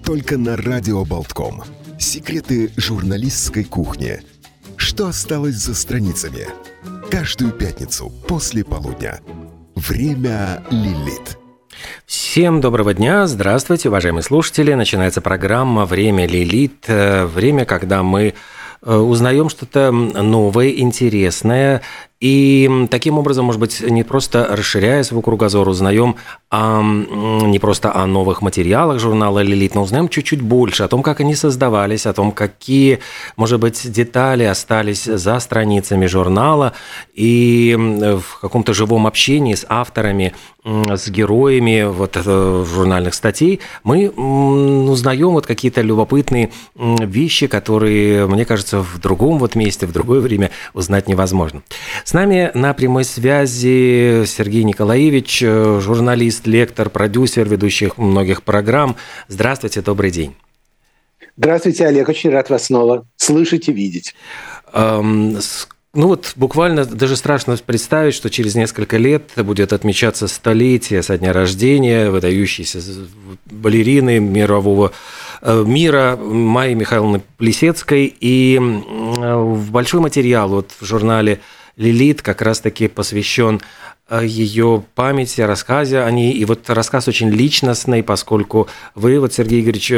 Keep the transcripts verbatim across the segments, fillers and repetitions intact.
Только на Радио Болтком. Секреты журналистской кухни. Что осталось за страницами? Каждую пятницу после полудня. Время Лилит. Всем доброго дня, здравствуйте, уважаемые слушатели. Начинается программа «Время Лилит». Время, когда мы узнаем что-то новое, интересное. И таким образом, может быть, не просто расширяя свой кругозор, узнаем о, не просто о новых материалах журнала «Лилит», но узнаем чуть-чуть больше о том, как они создавались, о том, какие, может быть, детали остались за страницами журнала, и в каком-то живом общении с авторами, с героями вот, журнальных статей мы узнаем вот какие-то любопытные вещи, которые, мне кажется, в другом вот месте, в другое время узнать невозможно. С нами на прямой связи Сергей Николаевич, журналист, лектор, продюсер ведущих многих программ. Здравствуйте, добрый день. Здравствуйте, Олег, очень рад вас снова слышать и видеть. Эм, ну вот буквально даже страшно представить, что через несколько лет будет отмечаться столетие со дня рождения выдающейся балерины мирового мира Майи Михайловны Плисецкой. И большой материал вот в журнале «Лилит» как раз-таки посвящен ее памяти, рассказе о ней. И вот рассказ очень личностный, поскольку вы, вот, Сергей Игоревич,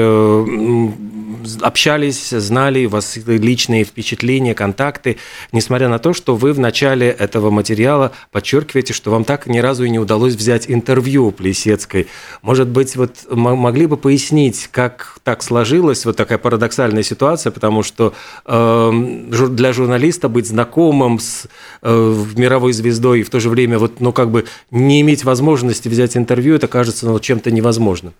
общались, знали, у вас личные впечатления, контакты, несмотря на то, что вы в начале этого материала подчеркиваете, что вам так ни разу и не удалось взять интервью у Плисецкой. Может быть, вот могли бы пояснить, как так сложилась вот такая парадоксальная ситуация, потому что э, для журналиста быть знакомым с э, мировой звездой и в то же время вот ну, как бы не иметь возможности взять интервью, это кажется ну, чем-то невозможным.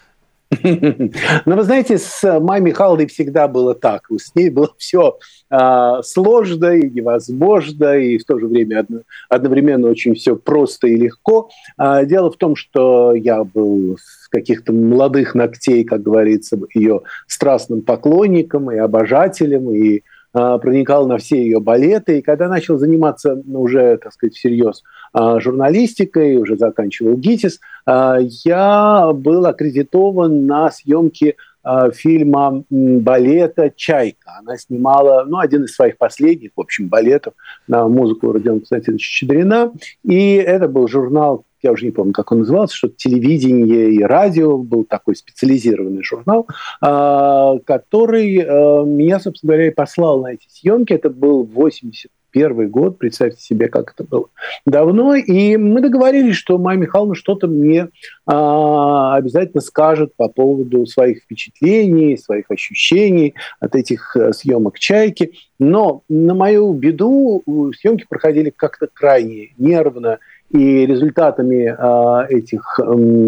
Но вы знаете, с Майей Михайловной всегда было так. С ней было все а, сложно и невозможно, и в то же время одно, одновременно очень все просто и легко. А, дело в том, что я был с каких-то молодых ногтей, как говорится, ее страстным поклонником и обожателем, и проникал на все ее балеты, и когда начал заниматься ну, уже, так сказать, всерьез журналистикой, уже заканчивал ГИТИС, я был аккредитован на съемки фильма балета «Чайка». Она снимала, ну, один из своих последних, в общем, балетов на музыку Родиона Константиновича Щедрина, и это был журнал, я уже не помню, как он назывался, что-то телевидение и радио, был такой специализированный журнал, который меня, собственно говоря, и послал на эти съемки. Это был восемьдесят первый год, представьте себе, как это было давно. И мы договорились, что Майя Михайловна что-то мне обязательно скажет по поводу своих впечатлений, своих ощущений от этих съемок «Чайки». Но на мою беду съемки проходили как-то крайне нервно, и результатами э, этих,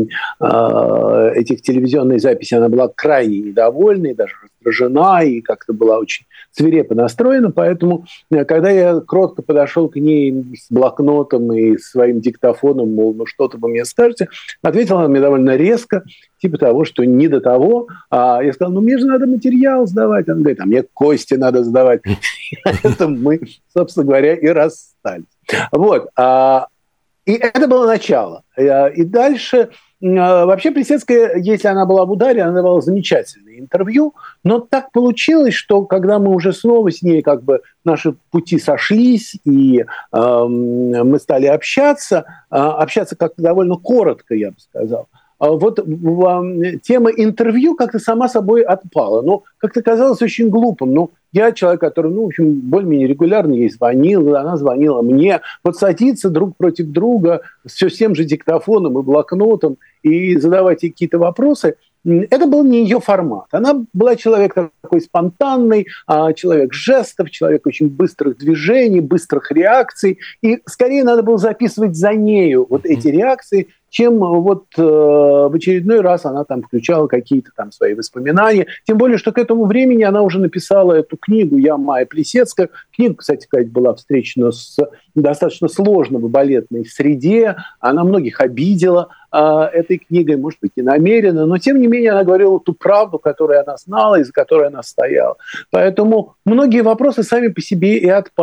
э, этих телевизионной записей она была крайне недовольна и даже раздражена, и как-то была очень свирепо настроена. Поэтому, когда я кротко подошел к ней с блокнотом и своим диктофоном, мол, ну что-то вы мне скажете, ответила она мне довольно резко, типа того, что не до того. А я сказал, ну мне же надо материал сдавать. Она говорит, а мне кости надо сдавать. На этом мы, собственно говоря, и расстались. Вот. И это было начало. И дальше, вообще Плисецкая, если она была в ударе, она давала замечательное интервью, но так получилось, что когда мы уже снова с ней, как бы наши пути сошлись, и э, мы стали общаться, э, общаться как-то довольно коротко, я бы сказал, вот тема интервью как-то сама собой отпала. Но как-то казалось очень глупым. Ну, я человек, который, ну, в общем, более-менее регулярно ей звонил, она звонила мне. Вот садиться друг против друга с все тем же диктофоном и блокнотом и задавать ей какие-то вопросы, это был не ее формат. Она была человек такой спонтанный, человек жестов, человек очень быстрых движений, быстрых реакций. И скорее надо было записывать за нею вот эти реакции, чем вот э, в очередной раз она там включала какие-то там свои воспоминания. Тем более, что к этому времени она уже написала эту книгу «Я Майя Плисецкая». Книга, кстати сказать, была встречена с достаточно сложной балетной среде. Она многих обидела э, этой книгой, может быть, не намеренно, но тем не менее она говорила ту правду, которую она знала и за которой она стояла. Поэтому многие вопросы сами по себе и отпали.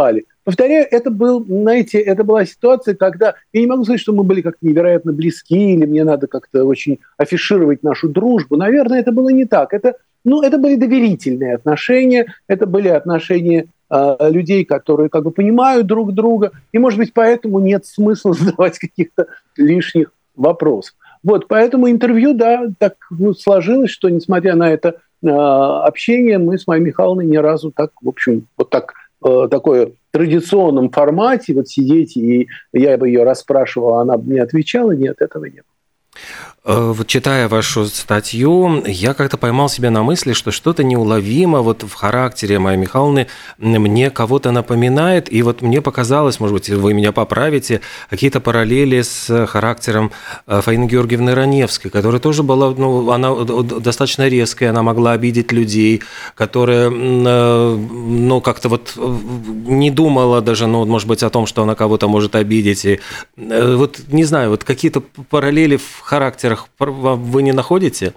повторяю, это был, знаете, это была ситуация, когда я не могу сказать, что мы были как-то невероятно близки, или мне надо как-то очень афишировать нашу дружбу. Наверное, это было не так. Это, ну, это были доверительные отношения, это были отношения э, людей, которые как бы понимают друг друга, и, может быть, поэтому нет смысла задавать каких-то лишних вопросов. Вот, поэтому интервью, да, так ну, сложилось, что, несмотря на это э, общение, мы с Майей Михайловной ни разу так, в общем, вот так, э, такое традиционном формате, вот сидеть, и я бы ее расспрашивал, а она бы мне отвечала, нет, этого нет. Вот читая вашу статью, я как-то поймал себя на мысли, что что-то неуловимо вот в характере Майи Михайловны мне кого-то напоминает, и вот мне показалось, может быть, вы меня поправите, какие-то параллели с характером Фаины Георгиевны Раневской, которая тоже была, ну, она достаточно резкая, она могла обидеть людей, которая, ну, как-то вот не думала даже, ну, может быть, о том, что она кого-то может обидеть, и вот, не знаю, вот какие-то параллели в характерах вы не находите?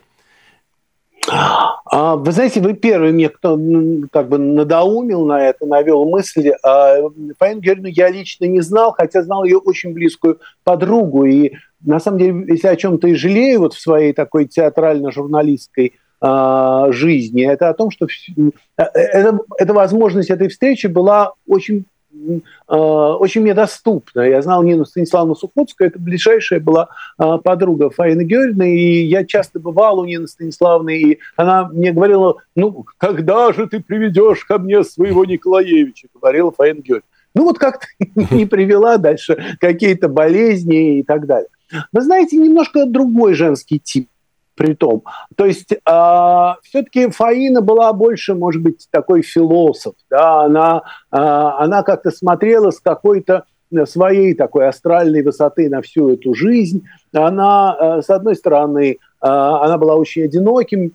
Вы знаете, вы первый мне кто как бы надоумил на это, навел мысли. Фаину Георгиевну я лично не знал, хотя знал ее очень близкую подругу. И на самом деле, если о чем-то и жалею вот в своей такой театрально-журналистской жизни, это о том, что эта, эта возможность этой встречи была очень очень мне доступно. Я знал Нину Станиславовну Сухоцкую, это ближайшая была подруга Фаины Георгиевны, и я часто бывал у Нины Станиславовны, и она мне говорила, ну, когда же ты приведешь ко мне своего Николаевича, говорила Фаина Георгиевна. Ну, вот как-то не привела дальше какие-то болезни и так далее. Вы знаете, немножко другой женский тип. Притом. То есть э, все-таки Фаина была больше, может быть, такой философ. Да? Она, э, она как-то смотрела с какой-то своей такой астральной высоты на всю эту жизнь. Она, э, с одной стороны, э, она была очень одиноким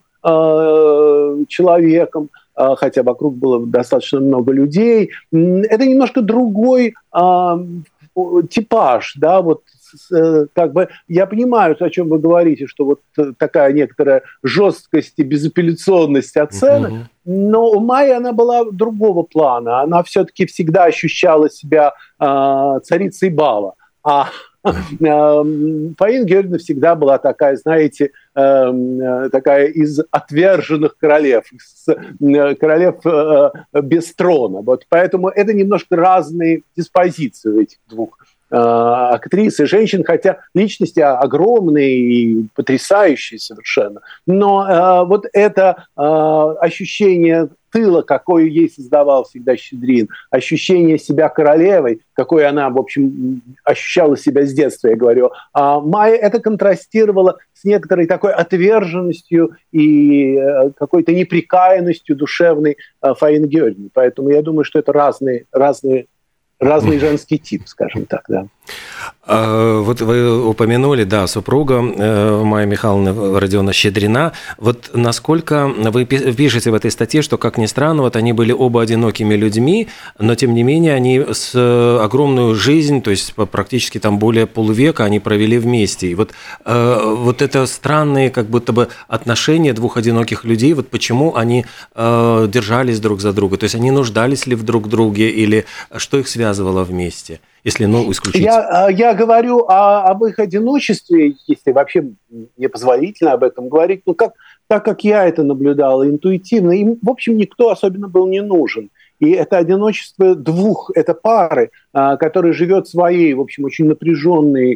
э, человеком, э, хотя вокруг было достаточно много людей. Это немножко другой э, типаж, да, вот как бы я понимаю, о чем вы говорите, что вот такая некоторая жесткость и безапелляционность оценок, uh-huh. но у Майи она была другого плана. Она все-таки всегда ощущала себя э, царицей бала. А э, Фаина Георгиевна всегда была такая, знаете, э, такая из отверженных королев, из э, королев э, без трона. Вот поэтому это немножко разные диспозиции у этих двух актрис и женщин, хотя личности огромные и потрясающие совершенно. Но э, вот это э, ощущение тыла, какое ей создавал всегда Щедрин, ощущение себя королевой, какой она, в общем, ощущала себя с детства, я говорю, а Майя это контрастировала с некоторой такой отверженностью и э, какой-то неприкаянностью душевной э, Фаины Георгиевны. Поэтому я думаю, что это разные, разные Разный женский тип, скажем так, да. Вот вы упомянули, да, супруга Майи Михайловны Родиона Щедрина. Вот насколько вы пишете в этой статье, что, как ни странно, вот они были оба одинокими людьми, но, тем не менее, они с огромную жизнь, то есть практически там более полувека они провели вместе. И вот, вот это странные как будто бы отношения двух одиноких людей, вот почему они держались друг за друга? То есть они нуждались ли в друг друге или что их связывало вместе? Если, ну, исключить. Я, я говорю о, об их одиночестве, если вообще мне позволительно об этом говорить, ну, как, так как я это наблюдал интуитивно, им, в общем, никто особенно был не нужен. И это одиночество двух, это пары, которые живет своей, в общем, очень напряженной,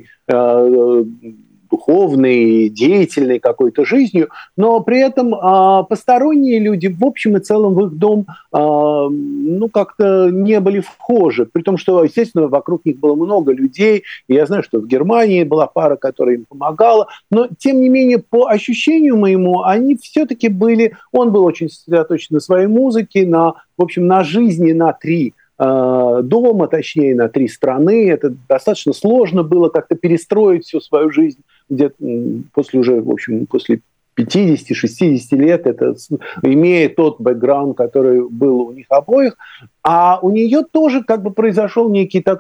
духовной, деятельной какой-то жизнью, но при этом э, посторонние люди, в общем и целом, в их дом э, ну, как-то не были вхожи. При том, что, естественно, вокруг них было много людей. И я знаю, что в Германии была пара, которая им помогала. Но, тем не менее, по ощущению моему, они все-таки были... Он был очень сосредоточен на своей музыке, на, в общем, на жизни на три дома, точнее, на три страны. Это достаточно сложно было как-то перестроить всю свою жизнь где-то после уже, в общем, после пятидесяти-шестидесяти лет, это имея тот бэкграунд, который был у них обоих. А у нее тоже как бы произошел некий такой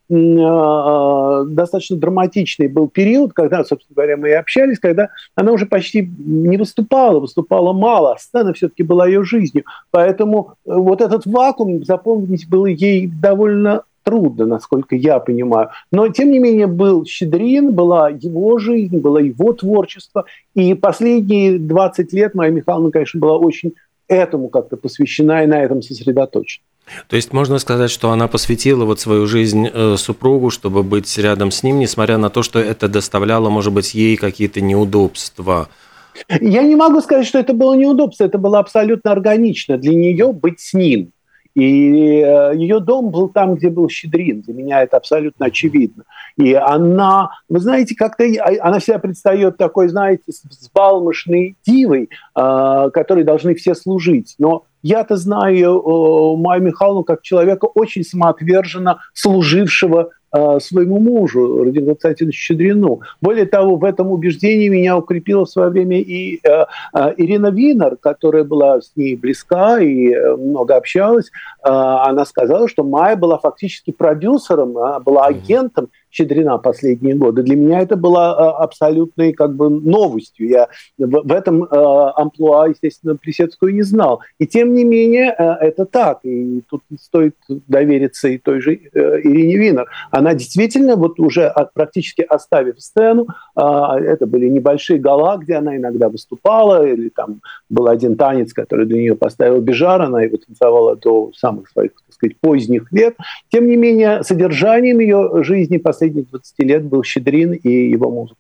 достаточно драматичный был период, когда, собственно говоря, мы и общались, когда она уже почти не выступала, выступала мало, сцена все-таки была ее жизнью. Поэтому вот этот вакуум заполнить было ей довольно трудно, насколько я понимаю. Но, тем не менее, был Щедрин, была его жизнь, было его творчество. И последние двадцать лет Майя Михайловна, конечно, была очень этому как-то посвящена и на этом сосредоточена. То есть можно сказать, что она посвятила вот свою жизнь супругу, чтобы быть рядом с ним, несмотря на то, что это доставляло, может быть, ей какие-то неудобства. Я не могу сказать, что это было неудобство, это было абсолютно органично для нее быть с ним. И ее дом был там, где был Щедрин. Для меня это абсолютно очевидно. И она, вы знаете, как-то она себя предстает такой, знаете, взбалмошной дивой, которой должны все служить. Но я-то знаю Майю Михайловну как человека очень самоотверженно служившего своему мужу, Родиону Константиновичу Щедрину. Более того, в этом убеждении меня укрепила в свое время и э, э, Ирина Винер, которая была с ней близка и э, много общалась. Э, она сказала, что Майя была фактически продюсером, она была агентом Щедрина последние годы. Для меня это было э, абсолютной как бы новостью. Я в, в этом э, амплуа, естественно, Плисецкую не знал. И тем не менее, э, это так. И тут стоит довериться и той же э, Ирине Винер. Она действительно, вот уже от, практически оставив сцену, э, это были небольшие гала, где она иногда выступала, или там был один танец, который для нее поставил Бежар, она его танцевала до самых своих, так сказать, поздних лет. Тем не менее, содержанием ее жизни последних двадцати лет был Щедрин и его музыка.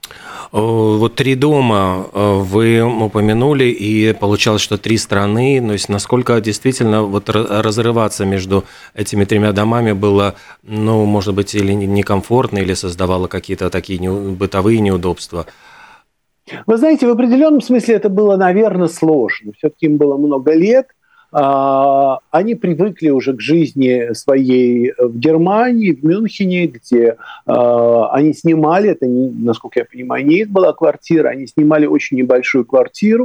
Вот «Три дома» вы упомянули, и получалось, что три страны. То есть насколько действительно вот разрываться между этими тремя домами было, ну, может быть, или некомфортно, или создавало какие-то такие бытовые неудобства? Вы знаете, в определенном смысле это было, наверное, сложно. Все-таки им было много лет. Они привыкли уже к жизни своей в Германии, в Мюнхене, где они снимали, это, насколько я понимаю, не их была квартира, они снимали очень небольшую квартиру,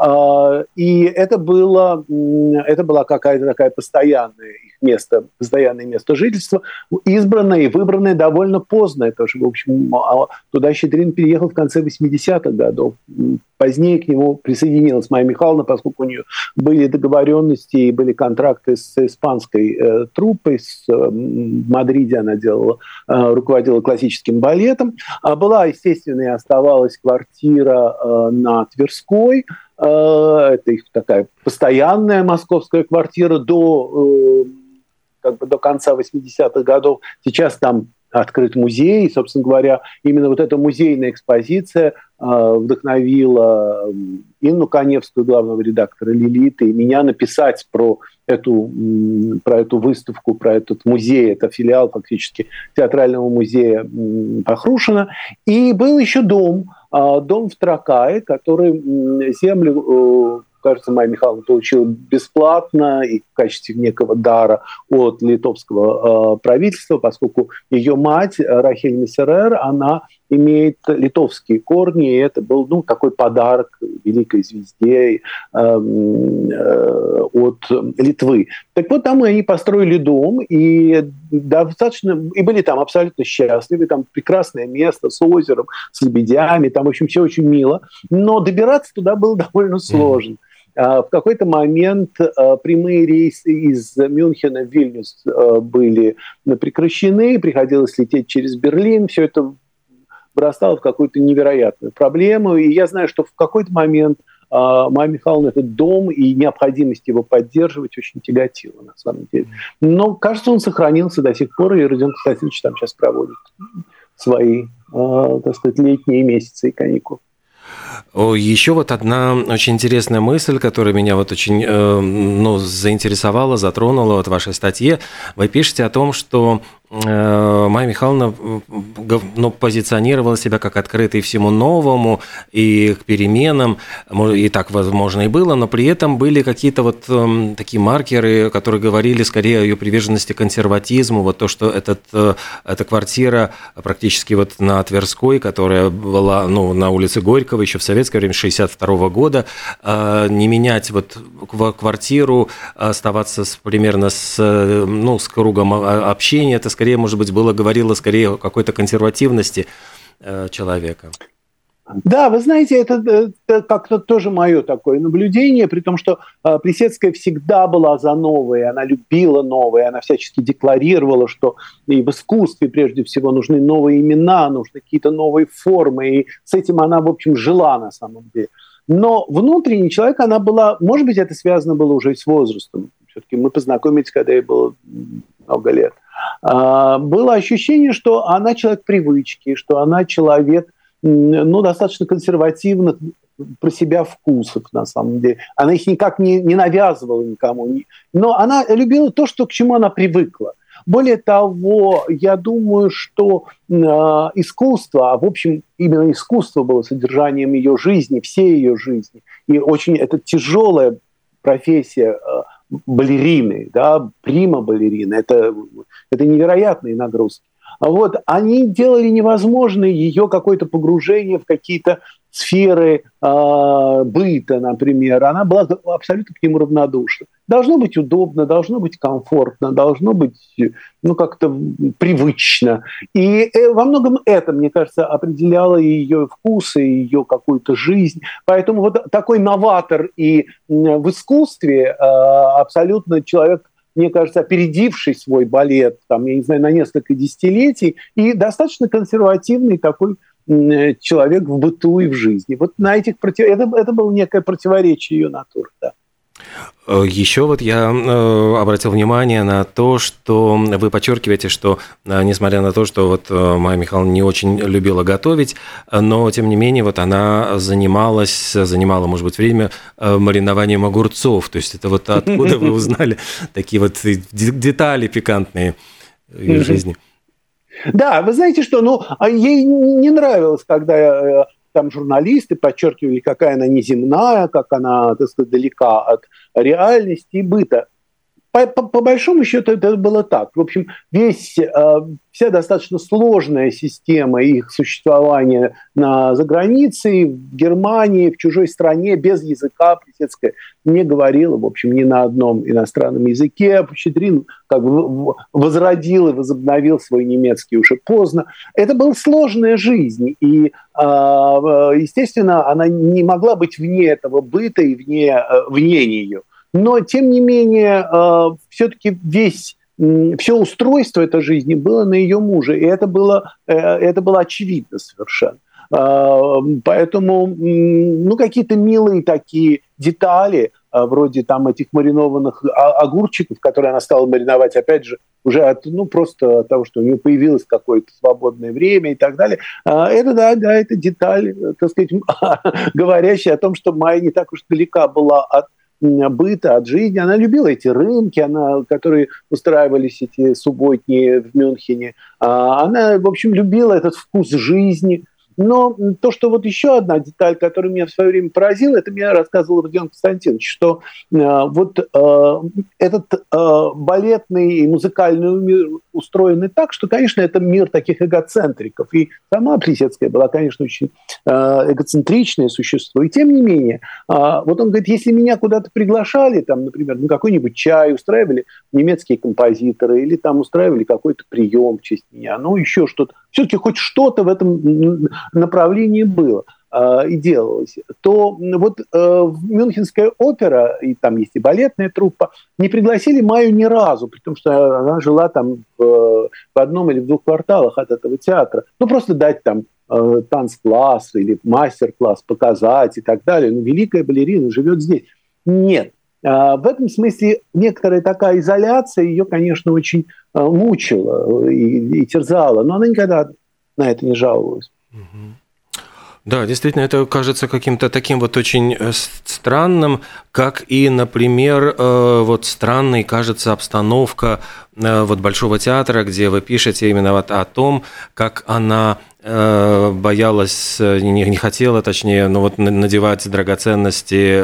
и это было, это была какая-то такая постоянная их место, постоянное место жительства, избранное и выбранное довольно поздно. Это уже, в общем, туда Щедрин переехал в конце восьмидесятых годов. Позднее к нему присоединилась Майя Михайловна, поскольку у нее были договоренности и были контракты с испанской э, труппой. С, э, в Мадриде она делала, э, руководила классическим балетом. А была, естественно, и оставалась квартира э, на Тверской. Э, это их такая постоянная московская квартира до, э, как бы до конца восьмидесятых годов. Сейчас там открыт музей, и, собственно говоря, именно вот эта музейная экспозиция э, вдохновила Инну Каневскую, главного редактора «Лилит», и меня написать про эту, про эту выставку, про этот музей. Это филиал фактически театрального музея Пахрушина. И был еще дом, э, дом в Тракае, который землю... Э, кажется, Майя Михайловна получила бесплатно и в качестве некого дара от литовского э, правительства, поскольку ее мать, Рахель Мессерер, она имеет литовские корни, и это был, ну, такой подарок великой звезде э, э, от Литвы. Так вот, там они построили дом, и достаточно, и были там абсолютно счастливы, там прекрасное место с озером, с лебедями, там, в общем, все очень мило, но добираться туда было довольно сложно. В какой-то момент прямые рейсы из Мюнхена в Вильнюс были прекращены, приходилось лететь через Берлин, все это вырастало в какую-то невероятную проблему. И я знаю, что в какой-то момент Майя Михайловна этот дом и необходимость его поддерживать очень тяготила, на самом деле. Но, кажется, он сохранился до сих пор, и Родион Константинович там сейчас проводит свои, так сказать, летние месяцы и каникулы. Еще вот одна очень интересная мысль, которая меня вот очень ну, заинтересовала, затронула вот в вашей статье. Вы пишете о том, что Майя Михайловна ну, позиционировала себя как открытой всему новому и к переменам, и так, возможно, и было, но при этом были какие-то вот такие маркеры, которые говорили скорее о ее приверженности к консерватизму, вот то, что этот, эта квартира практически вот на Тверской, которая была ну, на улице Горького еще в советское время, шестьдесят второго года, не менять вот квартиру, оставаться с, примерно с, ну, с кругом общения, это скорее, может быть, было, говорило скорее о какой-то консервативности человека. Да, вы знаете, это, это как-то тоже мое такое наблюдение, при том, что э, Плисецкая всегда была за новое, она любила новое, она всячески декларировала, что и в искусстве прежде всего нужны новые имена, нужны какие-то новые формы, и с этим она, в общем, жила на самом деле. Но внутренний человек она была, может быть, это связано было уже и с возрастом, все-таки мы познакомились, когда ей было много лет. Э, было ощущение, что она человек привычки, что она человек, ну, достаточно консервативных про себя вкусов, на самом деле. Она их никак не, не навязывала никому. Но она любила то, что, к чему она привыкла. Более того, я думаю, что э, искусство, а в общем, именно искусство было содержанием ее жизни, всей ее жизни. И очень это тяжелая профессия э, балерины, да, прима-балерины. Это, это невероятные нагрузки. Вот, они делали невозможной ее какое-то погружение в какие-то сферы э, быта, например. Она была абсолютно к нему равнодушна. Должно быть удобно, должно быть комфортно, должно быть, ну, как-то привычно. И во многом это, мне кажется, определяло ее вкусы, ее какую-то жизнь. Поэтому вот такой новатор и в искусстве э, абсолютно человек, мне кажется, опередивший свой балет, там, я не знаю, на несколько десятилетий, и достаточно консервативный такой человек в быту и в жизни. Вот на этих против... это, это было некое противоречие ее натуры, да. Еще вот я обратил внимание на то, что вы подчеркиваете, что несмотря на то, что вот Майя Михайловна не очень любила готовить, но тем не менее вот она занималась, занимала, может быть, время маринованием огурцов. То есть это вот откуда вы узнали такие вот детали пикантные ее жизни? Да, вы знаете что, ну, ей не нравилось, когда там журналисты подчеркивали, какая она неземная, как она, так сказать, далека от реальности и быта. По, по, по большому счету это было так. В общем, весь, э, вся достаточно сложная система их существования на загранице, в Германии, в чужой стране, без языка Плисецкая не говорила, в общем, ни на одном иностранном языке. Щедрин как бы возродил и возобновил свой немецкий уже поздно. Это была сложная жизнь, и, э, естественно, она не могла быть вне этого быта и вне, э, вне нее. Но, тем не менее, э, все-таки весь, э, все устройство этой жизни было на ее муже, и это было, э, это было очевидно совершенно. Э, поэтому, э, ну, какие-то милые такие детали, э, вроде там этих маринованных огурчиков, которые она стала мариновать, опять же, уже от, ну, просто от того, что у нее появилось какое-то свободное время и так далее. Э, это, да, да, это деталь, так сказать, говорящая о том, что Майя не так уж далека была от быта, от жизни. Она любила эти рынки, она, которые устраивались, эти субботние в Мюнхене. Она, в общем, любила этот вкус жизни. Но то, что вот еще одна деталь, которая меня в свое время поразила, это мне рассказывал Родион Константинович, что э, вот э, этот э, балетный и музыкальный мир устроены так, что, конечно, это мир таких эгоцентриков. И сама Плисецкая была, конечно, очень э, эгоцентричное существо. И тем не менее, э, вот он говорит, если меня куда-то приглашали, там, например, на какой-нибудь чай, устраивали немецкие композиторы или там устраивали какой-то прием в честь меня, ну, еще что-то, все-таки хоть что-то в этом направлении было э, и делалось, то вот э, в Мюнхенская опера, и там есть и балетная труппа, не пригласили Майю ни разу, при том, что она жила там в, в одном или в двух кварталах от этого театра. Ну, просто дать там э, танцкласс или мастер-класс показать и так далее. Ну, великая балерина живет здесь. Нет. Э, в этом смысле некоторая такая изоляция ее, конечно, очень э, мучила и, и терзала, но она никогда на это не жаловалась. Да, действительно, это кажется каким-то таким вот очень странным, как и, например, вот странной кажется обстановка вот Большого театра, где вы пишете именно вот о том, как она боялась, не, не хотела, точнее, ну вот надевать драгоценности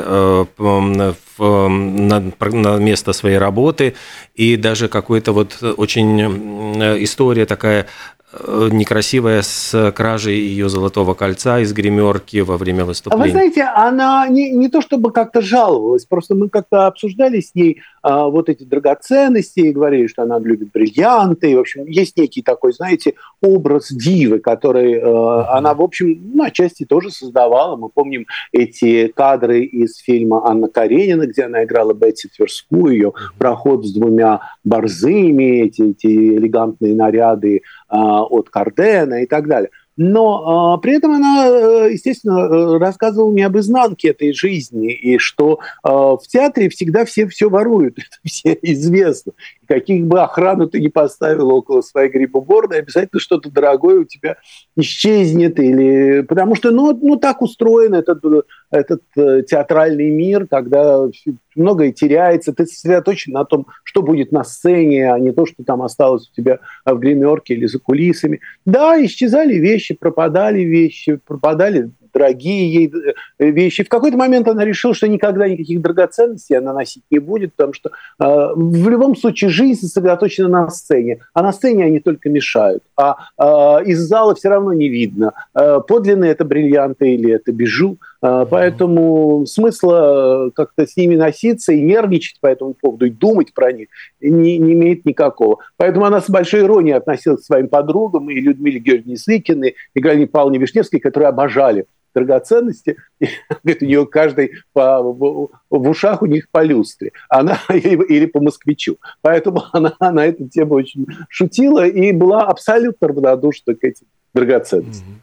в, на, на место своей работы, и даже какой-то вот очень история такая некрасивая с кражей ее золотого кольца из гримерки во время выступления. А вы знаете, она не, не то чтобы как-то жаловалась, просто мы как-то обсуждали с ней а, вот эти драгоценности и говорили, что она любит бриллианты. И, в общем, есть некий такой, знаете, образ дивы, который а, она, в общем, ну, отчасти тоже создавала. Мы помним эти кадры из фильма «Анна Каренина», где она играла Бетси Тверскую, ее проход с двумя борзыми, эти, эти элегантные наряды от Кардена и так далее. Но а, при этом она, естественно, рассказывала мне об изнанке этой жизни, и что а, в театре всегда все все воруют, это все известно. И каких бы охрану ты ни поставил около своей гриб-уборной, обязательно что-то дорогое у тебя исчезнет. Или... Потому что ну, ну, так устроен этот, этот театральный мир, когда многое теряется, ты сосредоточен на том, что будет на сцене, а не то, что там осталось у тебя в гримерке или за кулисами. Да, исчезали вещи, пропадали вещи, пропадали дорогие ей вещи. В какой-то момент она решила, что никогда никаких драгоценностей она носить не будет, потому что э, в любом случае жизнь сосредоточена на сцене, а на сцене они только мешают. А э, из зала все равно не видно, э, подлинные это бриллианты или это бижу. Э, поэтому смысла как-то с ними носиться и нервничать по этому поводу, и думать про них не, не имеет никакого. Поэтому она с большой иронией относилась к своим подругам, и Людмиле Георгиевне Сликиной, и Галине Павловне Вишневской, которые обожали драгоценности, и, говорит, у нее каждый по, в, в ушах у них по люстре, она, или, или по москвичу. Поэтому она на эту тему очень шутила и была абсолютно равнодушна к этим драгоценностям.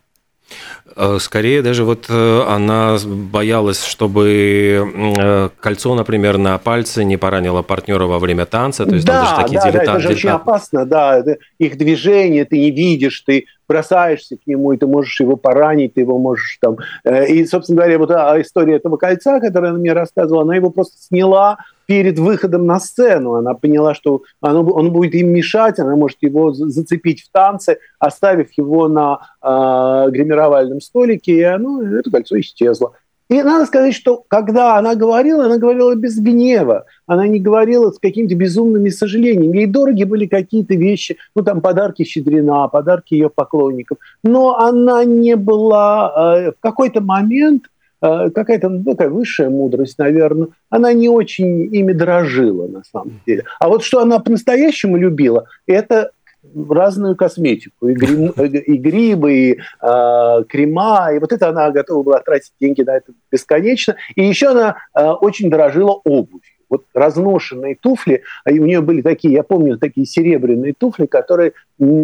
Скорее даже вот она боялась, чтобы кольцо, например, на пальце не поранило партнера во время танца. То есть да, там даже такие да, дилетанты. Да, это же очень опасно, да, это, их движение ты не видишь, ты бросаешься к нему, и ты можешь его поранить, ты его можешь там... И, собственно говоря, вот история этого кольца, которую она мне рассказывала, она его просто сняла перед выходом на сцену. Она поняла, что оно, он будет им мешать, она может его зацепить в танце, оставив его на э, гримировальном столике, и оно, это кольцо исчезло. И надо сказать, что когда она говорила, она говорила без гнева, она не говорила с какими-то безумными сожалениями. Ей дороги были какие-то вещи, ну там подарки Щедрина, подарки ее поклонников, но она не была э, в какой-то момент, э, какая-то ну, такая высшая мудрость, наверное, она не очень ими дорожила на самом деле. А вот что она по-настоящему любила, это разную косметику, и, грим, и грибы, и э, крема, и вот это она готова была тратить деньги на это бесконечно. И еще она э, очень дорожила обувью. Вот разношенные туфли, и у нее были такие, я помню, такие серебряные туфли, которые...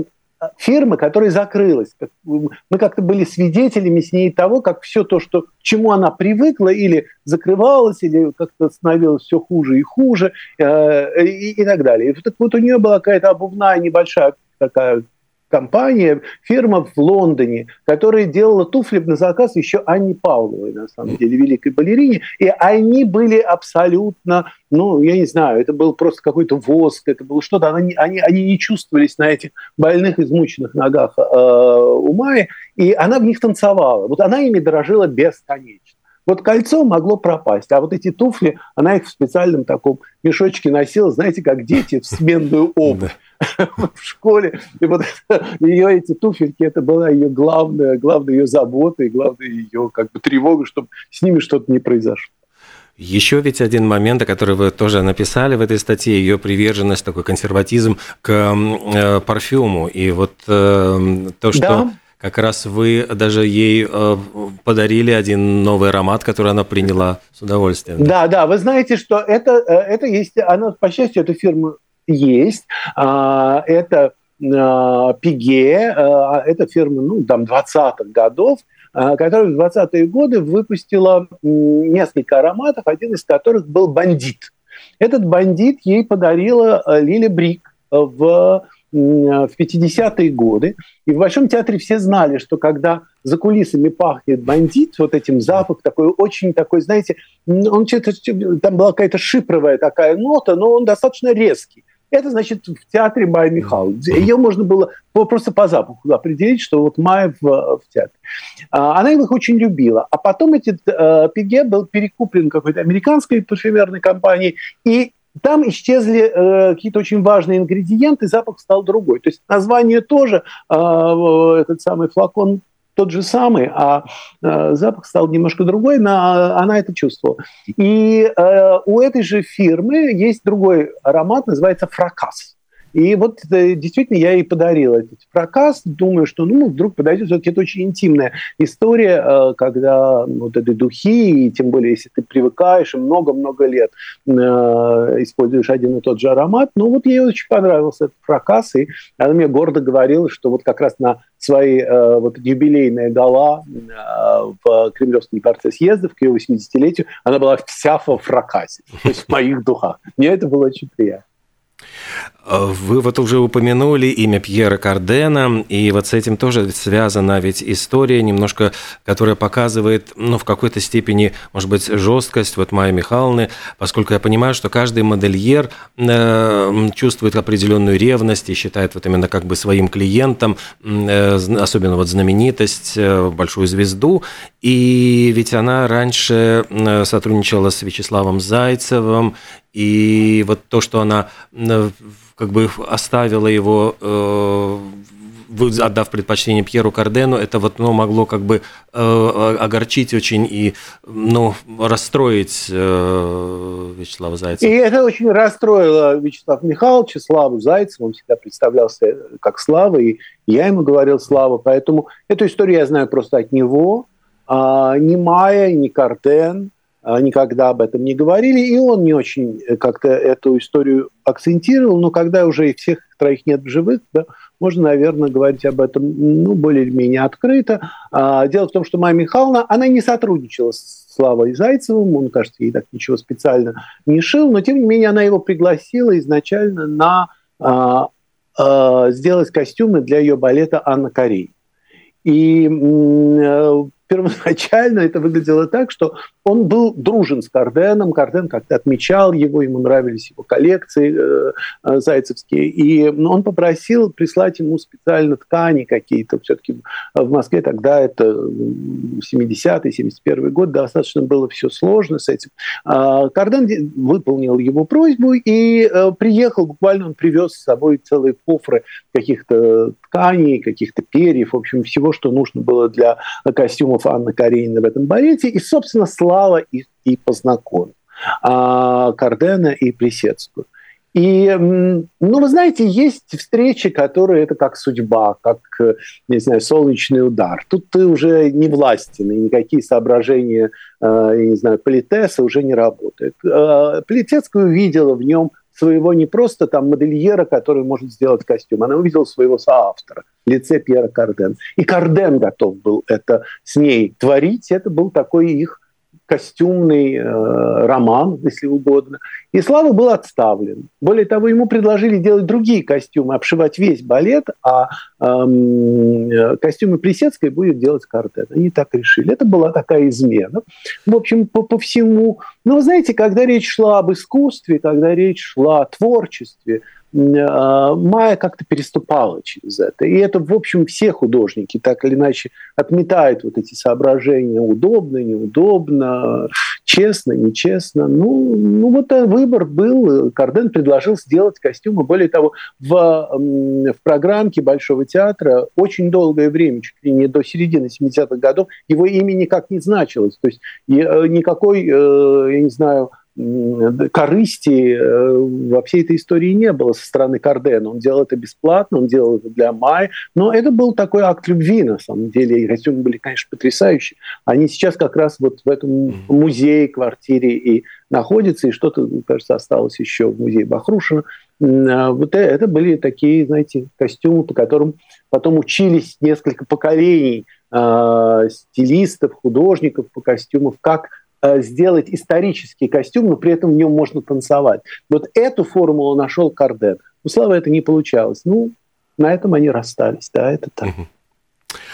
фирмы, которая закрылась. Мы как-то были свидетелями с ней того, как все то, что, к чему она привыкла, или закрывалось, или как-то становилось все хуже и хуже, э, и, и так далее. И вот, вот у нее была какая-то обувная небольшая такая компания, фирма в Лондоне, которая делала туфли на заказ еще Анне Павловой, на самом деле, великой балерине, и они были абсолютно, ну, я не знаю, это был просто какой-то воск, это было что-то, они, они, они не чувствовались на этих больных, измученных ногах э, у Майи, и она в них танцевала. Вот она ими дорожила бесконечно. Вот кольцо могло пропасть, а вот эти туфли, она их в специальном таком мешочке носила, знаете, как дети в сменную обувь в школе. И вот ее эти туфельки, это была ее главная, главная ее забота и главная ее как бы тревога, чтобы с ними что-то не произошло. Еще ведь один момент, о котором вы тоже написали в этой статье, ее приверженность, такой консерватизм к э, парфюму. И вот э, то, что... Да. Как раз вы даже ей э, подарили один новый аромат, который она приняла с удовольствием. Да, да, вы знаете, что это, это есть, она, по счастью, эта фирма есть. А, это а, Пиге, а, это фирма, ну, там, двадцатых годов, а, которая в двадцатые годы выпустила м, несколько ароматов, один из которых был «Бандит». Этот «Бандит» ей подарила Лиля Брик в... в пятидесятые годы. И в Большом театре все знали, что когда за кулисами пахнет «Бандит», вот этим запах такой, очень такой, знаете, он, там была какая-то шипровая такая нота, но он достаточно резкий. это значит в театре Майя Михайловна. Ее можно было просто по запаху определить, что вот Майя в, в театре. Она их очень любила. А потом этот э, Пиге был перекуплен какой-то американской парфюмерной компанией, и там исчезли э, какие-то очень важные ингредиенты, запах стал другой. То есть название тоже, э, этот самый флакон тот же самый, а э, запах стал немножко другой, но она это чувствовала. И э, у этой же фирмы есть другой аромат, называется «Фракас». И вот э, действительно я ей подарил этот фракас, думаю, что ну, вдруг подойдет. Все-таки это очень интимная история, э, когда вот эти духи, и тем более, если ты привыкаешь и много-много лет э, используешь один и тот же аромат. Ну вот ей очень понравился этот фракас, и она мне гордо говорила, что вот как раз на свои э, вот юбилейные гала э, в Кремлевском дворце съездов к ее восьмидесятилетию она была вся во фракасе, то есть в моих духах. Мне это было очень приятно. Вы вот уже упомянули имя Пьера Кардена, и вот с этим тоже связана ведь история немножко, которая показывает, ну, в какой-то степени, может быть, жесткость вот Майи Михайловны, поскольку я понимаю, что каждый модельер э, чувствует определенную ревность и считает вот именно как бы своим клиентом, э, особенно вот знаменитость, э, большую звезду, и ведь она раньше сотрудничала с Вячеславом Зайцевым, и вот то, что она как бы оставила его, э, отдав предпочтение Пьеру Кардену, это вот, ну, могло как бы э, огорчить очень и, ну, расстроить э, Вячеслава Зайцева. И это очень расстроило Вячеслава Михайловича, Славу Зайцева. Он всегда представлялся как Слава, и я ему говорил Слава. Поэтому эту историю я знаю просто от него. А, ни Майя, ни Карден никогда об этом не говорили, и он не очень как-то эту историю акцентировал, но когда уже всех троих нет в живых, да, можно, наверное, говорить об этом ну, более-менее открыто. Дело в том, что Майя Михайловна, она не сотрудничала с Славой Зайцевым, он, кажется, ей так ничего специально не шил, но, тем не менее, она его пригласила изначально на а, а, сделать костюмы для ее балета «Анна Каренина». И а, первоначально это выглядело так, что он был дружен с Карденом, Карден как-то отмечал его, ему нравились его коллекции э, э, зайцевские, и он попросил прислать ему специально ткани какие-то. Все-таки в Москве тогда это семидесятый, семьдесят первый год, достаточно было все сложно с этим. А Карден выполнил его просьбу и э, приехал, буквально он привез с собой целые кофры каких-то тканей, каких-то перьев, в общем, всего, что нужно было для костюмов Анны Карениной в этом балете. И, собственно, Слава их и познакомил. А, Кардена и Плисецкую. И, ну, вы знаете, есть встречи, которые это как судьба, как, не знаю, солнечный удар. Тут ты уже не властен, и никакие соображения, я не знаю, политеса уже не работают. Плисецкую увидела в нем своего не просто там модельера, который может сделать костюм, она увидела своего соавтора в лице Пьера Кардена. И Карден готов был это с ней творить. Это был такой их костюмный э, роман, если угодно. И Слава был отставлен. Более того, ему предложили делать другие костюмы, обшивать весь балет, а э, костюмы Плисецкой будет делать Карден. Они так решили. Это была такая измена. В общем, по, по всему. Но вы знаете, когда речь шла об искусстве, когда речь шла о творчестве, Майя как-то переступала через это. И это, в общем, все художники так или иначе отметают вот эти соображения: удобно, неудобно, честно, нечестно. Ну, ну вот выбор был. Карден предложил сделать костюмы. Более того, в, в программке Большого театра очень долгое время, чуть ли не до середины семидесятых годов, его имя никак не значилось. То есть никакой, я не знаю, корысти во всей этой истории не было со стороны Кардена. Он делал это бесплатно, он делал это для Майи, но это был такой акт любви, на самом деле. И костюмы были, конечно, потрясающие. Они сейчас как раз вот в этом музее, квартире и находятся, и что-то, кажется, осталось еще в музее Бахрушина. Вот это были такие, знаете, костюмы, по которым потом учились несколько поколений стилистов, художников по костюмам, как сделать исторический костюм, но при этом в нем можно танцевать. Вот эту формулу нашел Карден. У Славы это не получалось. Ну, на этом они расстались. Да, это так.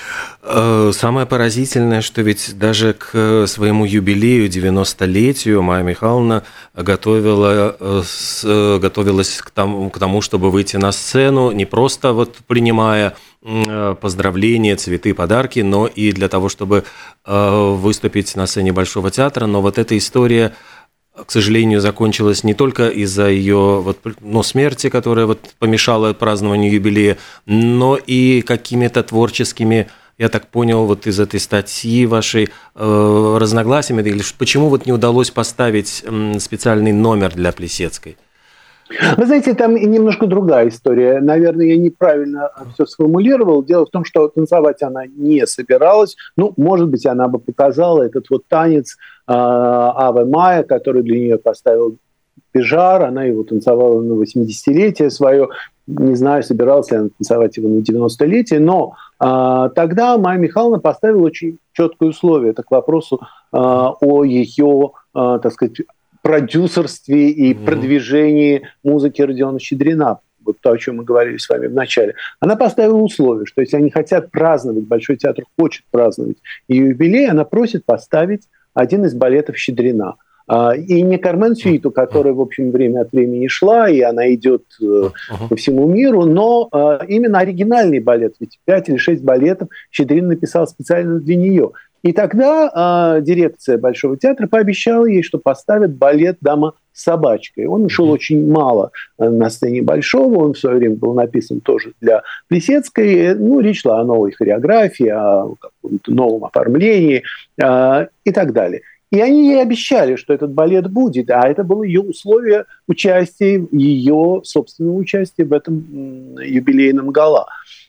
Самое поразительное, что ведь даже к своему юбилею, девяностолетию, Майя Михайловна готовила, готовилась к тому, к тому, чтобы выйти на сцену, не просто вот принимая поздравления, цветы, подарки, но и для того, чтобы выступить на сцене Большого театра. Но вот эта история, к сожалению, закончилась не только из-за ее вот, ну, смерти, которая вот помешала празднованию юбилея, но и какими-то творческими, я так понял, вот из этой статьи вашей э, разногласиями, или почему вот не удалось поставить э, специальный номер для Плисецкой? Вы знаете, там немножко другая история. Наверное, я неправильно все сформулировал. Дело в том, что танцевать она не собиралась. Ну, может быть, она бы показала этот вот танец э, Аве Майя, который для нее поставил Пежар. Она его танцевала на восьмидесятилетие свое. Не знаю, собиралась ли она танцевать его на девяностолетие, но э, тогда Майя Михайловна поставила очень четкое условие. Это к вопросу э, о ее, э, так сказать, продюсерстве и mm-hmm. продвижении музыки Родиона Щедрина. Вот то, о чем мы говорили с вами в начале. Она поставила условие, что если они хотят праздновать, Большой театр хочет праздновать ее юбилей, она просит поставить один из балетов Щедрина. И не Кармен Сюиту, которая, в общем, время от времени шла, и она идет uh-huh. по всему миру, но именно оригинальный балет. Ведь пять или шесть балетов Щедрин написал специально для нее. И тогда дирекция Большого театра пообещала ей, что поставит балет «Дама с собачкой». Он шел uh-huh. очень мало на сцене Большого, он в свое время был написан тоже для Плисецкой. Ну, речь шла о новой хореографии, о каком-то новом оформлении и так далее. И они ей обещали, что этот балет будет, а это было ее условие участия, ее собственного участия в этом юбилейном гала.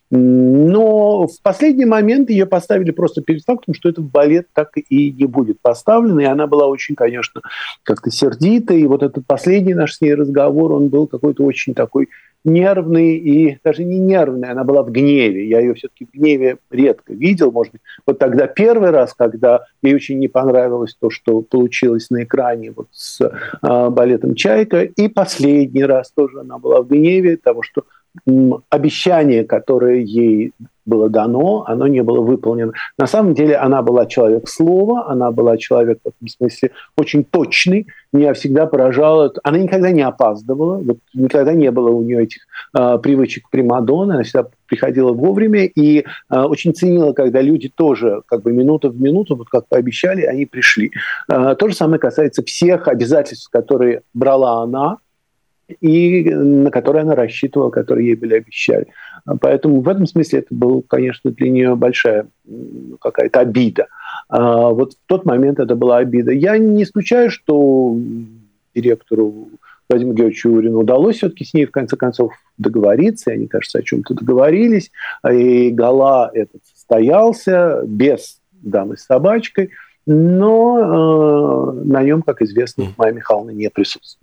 Но в последний момент ее поставили просто перед фактом, что этот балет так и не будет поставлен, и она была очень, конечно, как-то сердита, и вот этот последний наш с ней разговор, он был какой-то очень такой нервный, и даже не нервный, она была в гневе. Я ее все-таки в гневе редко видел, может быть, вот тогда первый раз, когда ей очень не понравилось то, что получилось на экране вот с э, балетом «Чайка», и последний раз тоже она была в гневе того, что м, обещание, которое ей было дано, оно не было выполнено. На самом деле она была человек слова, она была человек в этом смысле очень точный. Меня всегда поражало, она никогда не опаздывала, вот никогда не было у нее этих э, привычек примадонны, она всегда приходила вовремя и э, очень ценила, когда люди тоже как бы минута в минуту, вот как пообещали, они пришли. Э, то же самое касается всех обязательств, которые брала она, и на которые она рассчитывала, которые ей были обещали. Поэтому в этом смысле это была, конечно, для нее большая какая-то обида. А вот в тот момент это была обида. Я не исключаю, что директору Владимиру Георгиевичу Урину удалось все-таки с ней в конце концов договориться, и они, кажется, о чем-то договорились, и гала этот состоялся без «Дамы с собачкой», но э, на нем, как известно, Майя Михайловна не присутствовала.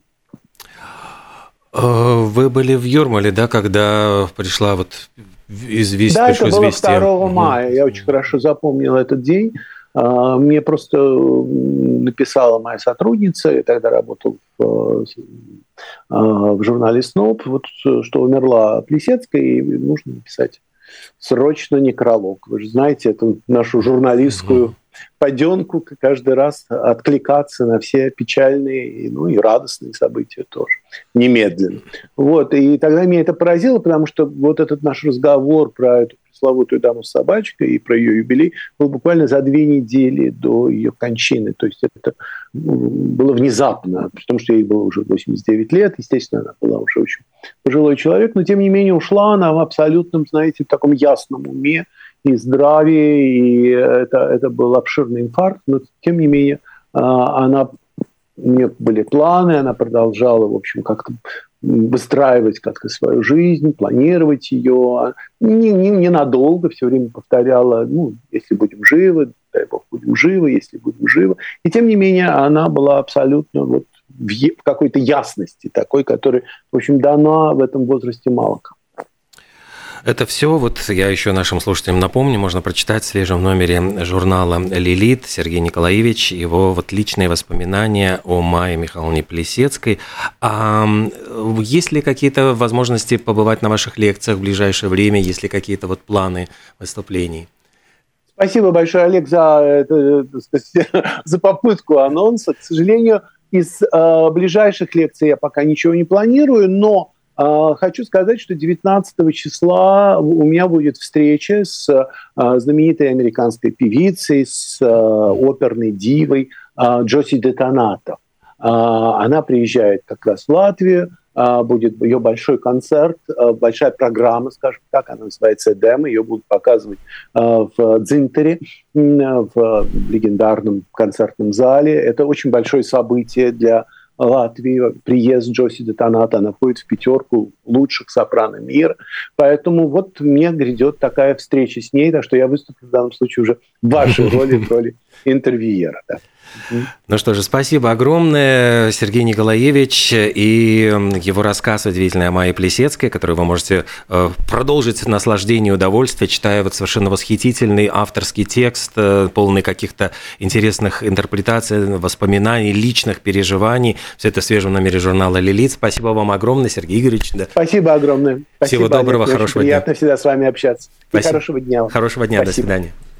Вы были в Юрмале, да, когда пришла вот известие? Да, это было второго мая. Я очень хорошо запомнил этот день. Мне просто написала моя сотрудница, я тогда работал в, в журнале «Сноб», вот, что умерла Плисецкая, и нужно написать срочно некролог. Вы же знаете, эту нашу журналистскую угу. паденку, каждый раз откликаться на все печальные, ну и радостные события тоже, немедленно. Вот, и тогда меня это поразило, потому что вот этот наш разговор про эту пресловутую «Даму с собачкой» и про ее юбилей был буквально за две недели до ее кончины. То есть это было внезапно, потому что ей было уже восемьдесят девять лет, естественно, она была уже очень пожилой человек, но тем не менее ушла она в абсолютном, знаете, в таком ясном уме и здравии, и это, это был обширный инфаркт, но тем не менее она, у нее были планы, она продолжала, в общем, как-то выстраивать как-то свою жизнь, планировать ее. Не, не, ненадолго, все время повторяла, ну, если будем живы, дай бог, будем живы, если будем живы. И тем не менее она была абсолютно вот в, в какой-то ясности такой, которая, в общем, дана в этом возрасте мало кому. Это все, вот я еще нашим слушателям напомню, можно прочитать в свежем номере журнала «Лилит» Сергей Николаевич, его вот личные воспоминания о Майе Михайловне Плисецкой. А есть ли какие-то возможности побывать на ваших лекциях в ближайшее время, есть ли какие-то вот планы выступлений? Спасибо большое, Олег, за, это, за попытку анонса. К сожалению, из э, ближайших лекций я пока ничего не планирую, но э, хочу сказать, что девятнадцатого числа у меня будет встреча с э, знаменитой американской певицей, с э, оперной дивой э, Джоси Детонато. Э, она приезжает как раз в Латвию. Будет ее большой концерт, большая программа, скажем так, она называется «Эдем», ее будут показывать в Дзинтере, в легендарном концертном зале. Это очень большое событие для Латвии. Приезд Джоси Детонато, она входит в пятерку лучших сопрано мира. Поэтому вот мне грядет такая встреча с ней, так что я выступлю в данном случае уже в вашей роли, в роли интервьюера. Да. Ну что же, спасибо огромное, Сергей Николаевич, и его рассказ удивительный о Майе Плисецкой, который вы можете продолжить наслаждение и удовольствие, читая вот совершенно восхитительный авторский текст, полный каких-то интересных интерпретаций, воспоминаний, личных переживаний. Все это в свежем номере журнала «Лилит». Спасибо вам огромное, Сергей Игоревич. Да. Спасибо огромное. Спасибо, Всего доброго, Олег. хорошего Очень дня. Приятно всегда с вами общаться. Спасибо. И хорошего дня. Хорошего дня, Спасибо. До свидания.